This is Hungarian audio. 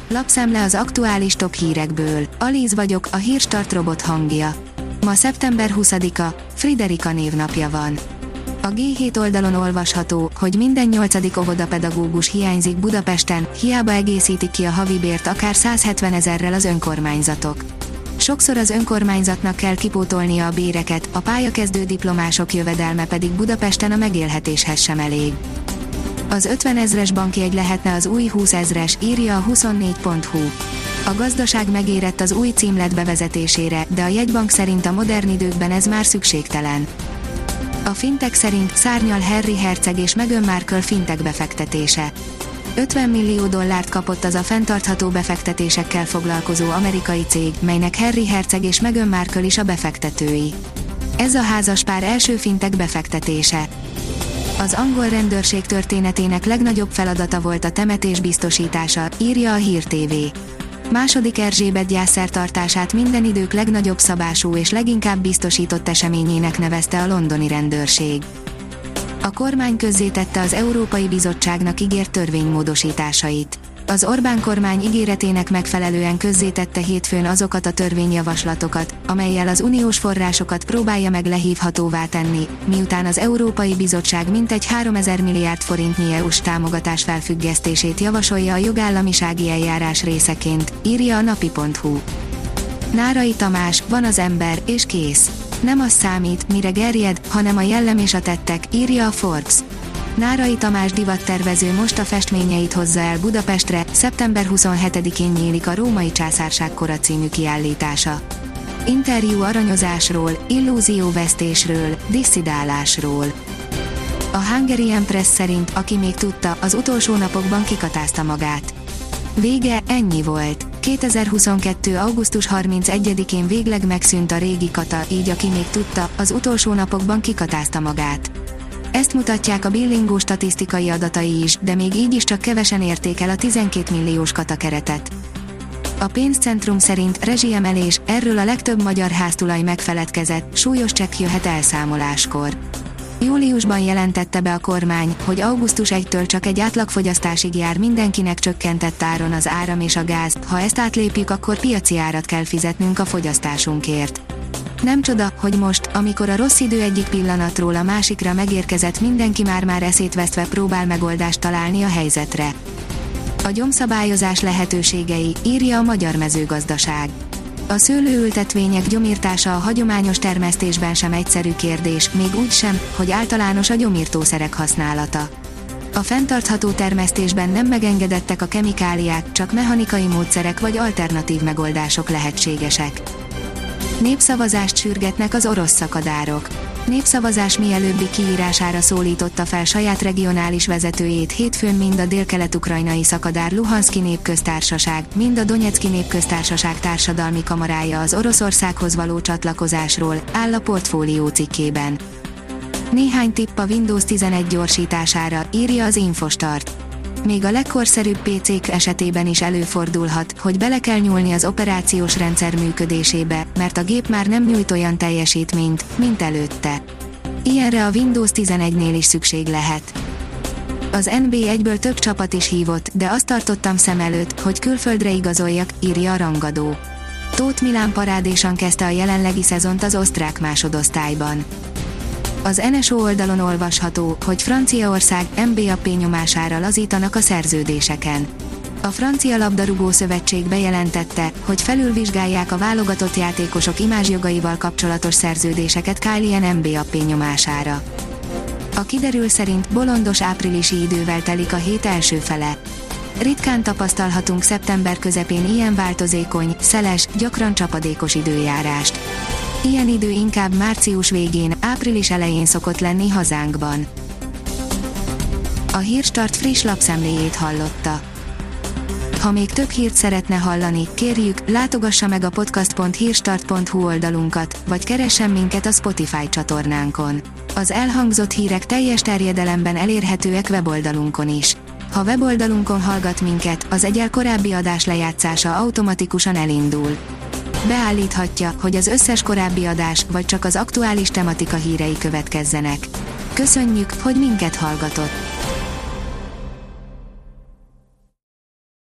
Lapszemle az aktuális top hírekből. Alíz vagyok, a Hírstart robot hangja. Ma szeptember 20-a, Friderika névnapja van. A G7 oldalon olvasható, hogy minden 8. óvodapedagógus hiányzik Budapesten, hiába egészítik ki a havibért akár 170 000-rel az önkormányzatok. Sokszor az önkormányzatnak kell kipótolnia a béreket, a pályakezdő diplomások jövedelme pedig Budapesten a megélhetéshez sem elég. Az 50 000-es bankjegy lehetne az új 20 000-es, írja a 24.hu. A gazdaság megérett az új címlet bevezetésére, de a jegybank szerint a modern időkben ez már szükségtelen. A Fintech szerint szárnyal Harry herceg és Meghan Markle fintech befektetése. 50 millió dollárt kapott az a fenntartható befektetésekkel foglalkozó amerikai cég, melynek Harry herceg és Meghan Markle is a befektetői. Ez a házaspár első fintech befektetése. Az angol rendőrség történetének legnagyobb feladata volt a temetés biztosítása, írja a Hír TV. II. Erzsébet gyászszertartását minden idők legnagyobb szabású és leginkább biztosított eseményének nevezte a londoni rendőrség. A kormány közzétette az Európai Bizottságnak ígért törvénymódosításait. Az Orbán kormány ígéretének megfelelően közzétette hétfőn azokat a törvényjavaslatokat, amellyel az uniós forrásokat próbálja meg lehívhatóvá tenni, miután az Európai Bizottság mintegy 3000 milliárd forintnyi EU-s támogatás felfüggesztését javasolja a jogállamisági eljárás részeként, írja a napi.hu. Nárai Tamás, van az ember, és kész. Nem az számít, mire gerjed, hanem a jellem és a tettek, írja a Forbes. Nárai Tamás divattervező most a festményeit hozza el Budapestre, szeptember 27-én nyílik a Római Császárság kora című kiállítása. Interjú aranyozásról, illúzióvesztésről, disszidálásról. A Hungarian Press szerint, aki még tudta, az utolsó napokban kikatázta magát. Vége, ennyi volt. 2022. augusztus 31-én végleg megszűnt a régi kata, így aki még tudta, az utolsó napokban kikatázta magát. Ezt mutatják a Billingó statisztikai adatai is, de még így is csak kevesen érték el a 12 milliós katakeretet. A pénzcentrum szerint rezsiemelés, erről a legtöbb magyar háztulaj megfeledkezett, súlyos csekk jöhet elszámoláskor. Júliusban jelentette be a kormány, hogy augusztus 1-től csak egy átlagfogyasztásig jár mindenkinek csökkentett áron az áram és a gáz, ha ezt átlépjük, akkor piaci árat kell fizetnünk a fogyasztásunkért. Nem csoda, hogy most, amikor a rossz idő egyik pillanatról a másikra megérkezett, mindenki már eszét vesztve próbál megoldást találni a helyzetre. A gyomszabályozás lehetőségei, írja a Magyar Mezőgazdaság. A szőlőültetvények gyomírtása a hagyományos termesztésben sem egyszerű kérdés, még úgy sem, hogy általános a gyomírtószerek használata. A fenntartható termesztésben nem megengedettek a kemikáliák, csak mechanikai módszerek vagy alternatív megoldások lehetségesek. Népszavazást sürgetnek az orosz szakadárok. Népszavazás mielőbbi kiírására szólította fel saját regionális vezetőjét hétfőn mind a délkelet-ukrajnai szakadár Luhanszki Népköztársaság, mind a Donecki Népköztársaság társadalmi kamarája az Oroszországhoz való csatlakozásról, áll a Portfólió cikkében. Néhány tipp a Windows 11 gyorsítására, írja az Infostart. Még a legkorszerűbb PC-k esetében is előfordulhat, hogy bele kell nyúlni az operációs rendszer működésébe, mert a gép már nem nyújt olyan teljesítményt, mint előtte. Ilyenre a Windows 11-nél is szükség lehet. Az NB1-ből több csapat is hívott, de azt tartottam szem előtt, hogy külföldre igazoljak, írja a rangadó. Tóth Milán parádésan kezdte a jelenlegi szezont az osztrák másodosztályban. Az NSO oldalon olvasható, hogy Franciaország NBA nyomására lazítanak a szerződéseken. A Francia Labdarúgó Szövetség bejelentette, hogy felülvizsgálják a válogatott játékosok imázsjogaival kapcsolatos szerződéseket Kylian Mbappé nyomására. A kiderül szerint bolondos áprilisi idővel telik a hét első fele. Ritkán tapasztalhatunk szeptember közepén ilyen változékony, szeles, gyakran csapadékos időjárást. Ilyen idő inkább március végén, április elején szokott lenni hazánkban. A Hírstart friss lapszemléjét hallotta. Ha még több hírt szeretne hallani, kérjük, látogassa meg a podcast.hírstart.hu oldalunkat, vagy keressen minket a Spotify csatornánkon. Az elhangzott hírek teljes terjedelemben elérhetőek weboldalunkon is. Ha weboldalunkon hallgat minket, az egyel korábbi adás lejátszása automatikusan elindul. Beállíthatja, hogy az összes korábbi adás, vagy csak az aktuális tematika hírei következzenek. Köszönjük, hogy minket hallgatott!